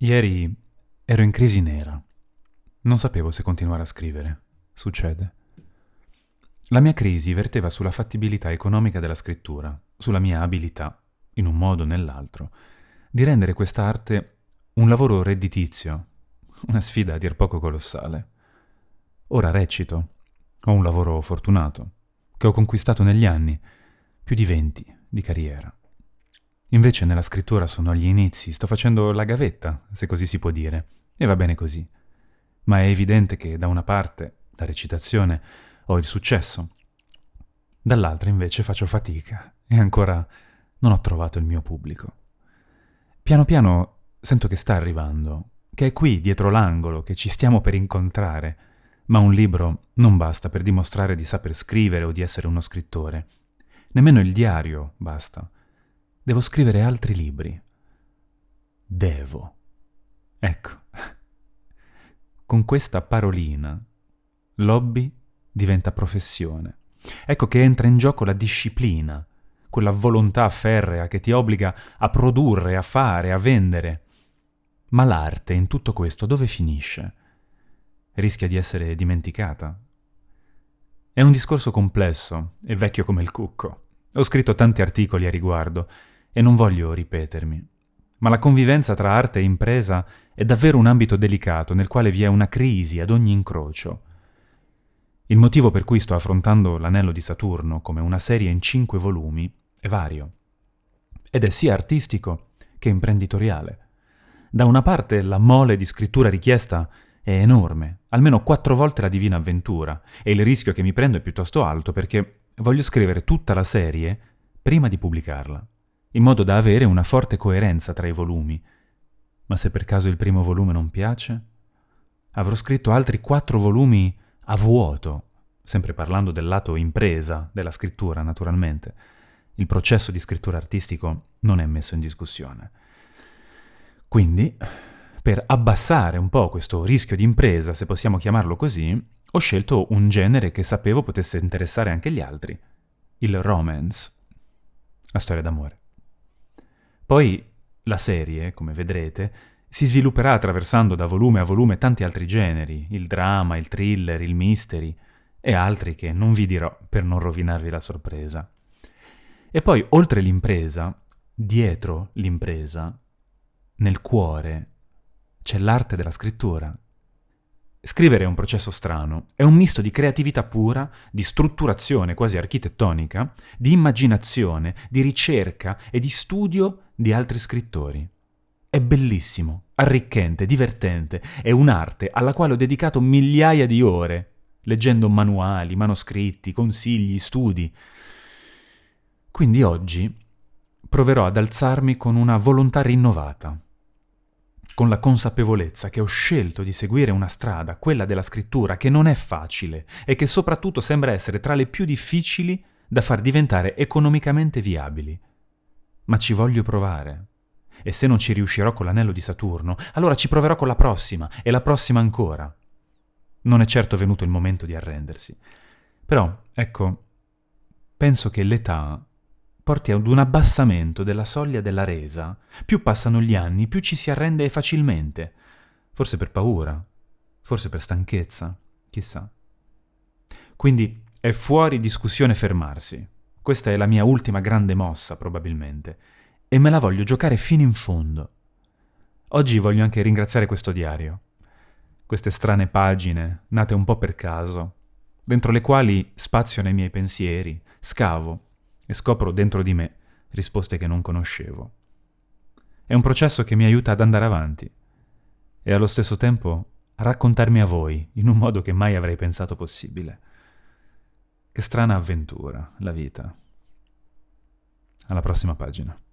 Ieri ero in crisi nera. Non sapevo se continuare a scrivere. Succede. La mia crisi verteva sulla fattibilità economica della scrittura, sulla mia abilità, in un modo o nell'altro, di rendere questa arte un lavoro redditizio, una sfida a dir poco colossale. Ora recito, ho un lavoro fortunato, che ho conquistato negli anni, più di 20 di carriera. Invece nella scrittura sono agli inizi, sto facendo la gavetta, se così si può dire, e va bene così. Ma è evidente che da una parte, la recitazione, ho il successo, dall'altra invece faccio fatica e ancora non ho trovato il mio pubblico. Piano piano sento che sta arrivando, che è qui dietro l'angolo, che ci stiamo per incontrare, ma un libro non basta per dimostrare di saper scrivere o di essere uno scrittore. Nemmeno il diario basta. Devo scrivere altri libri. Devo. Ecco. Con questa parolina, l'hobby diventa professione. Ecco che entra in gioco la disciplina, quella volontà ferrea che ti obbliga a produrre, a fare, a vendere. Ma l'arte in tutto questo dove finisce? Rischia di essere dimenticata. È un discorso complesso e vecchio come il cucco. Ho scritto tanti articoli a riguardo e non voglio ripetermi. Ma la convivenza tra arte e impresa è davvero un ambito delicato nel quale vi è una crisi ad ogni incrocio. Il motivo per cui sto affrontando l'Anello di Saturno come una serie in 5 volumi è vario. Ed è sia artistico che imprenditoriale. Da una parte la mole di scrittura richiesta è enorme, almeno 4 volte la Divina Avventura, e il rischio che mi prendo è piuttosto alto perché voglio scrivere tutta la serie prima di pubblicarla, in modo da avere una forte coerenza tra i volumi. Ma se per caso il primo volume non piace, avrò scritto altri 4 volumi a vuoto, sempre parlando del lato impresa della scrittura, naturalmente. Il processo di scrittura artistico non è messo in discussione. Quindi, per abbassare un po' questo rischio di impresa, se possiamo chiamarlo così, ho scelto un genere che sapevo potesse interessare anche gli altri, il romance, la storia d'amore. Poi la serie, come vedrete, si svilupperà attraversando da volume a volume tanti altri generi, il drama, il thriller, il mystery e altri che non vi dirò per non rovinarvi la sorpresa. E poi, oltre l'impresa, dietro l'impresa, nel cuore, c'è l'arte della scrittura. Scrivere è un processo strano, è un misto di creatività pura, di strutturazione quasi architettonica, di immaginazione, di ricerca e di studio di altri scrittori. È bellissimo, arricchente, divertente, è un'arte alla quale ho dedicato migliaia di ore, leggendo manuali, manoscritti, consigli, studi. Quindi oggi proverò ad alzarmi con una volontà rinnovata, con la consapevolezza che ho scelto di seguire una strada, quella della scrittura, che non è facile e che soprattutto sembra essere tra le più difficili da far diventare economicamente viabili. Ma ci voglio provare. E se non ci riuscirò con l'Anello di Saturno, allora ci proverò con la prossima e la prossima ancora. Non è certo venuto il momento di arrendersi. Però, ecco, penso che l'età porti ad un abbassamento della soglia della resa. Più passano gli anni, più ci si arrende facilmente. Forse per paura, forse per stanchezza, chissà. Quindi è fuori discussione fermarsi. Questa è la mia ultima grande mossa, probabilmente, e me la voglio giocare fino in fondo. Oggi voglio anche ringraziare questo diario. Queste strane pagine, nate un po' per caso, dentro le quali spazio nei miei pensieri, scavo e scopro dentro di me risposte che non conoscevo. È un processo che mi aiuta ad andare avanti e allo stesso tempo a raccontarmi a voi in un modo che mai avrei pensato possibile. Che strana avventura, la vita. Alla prossima pagina.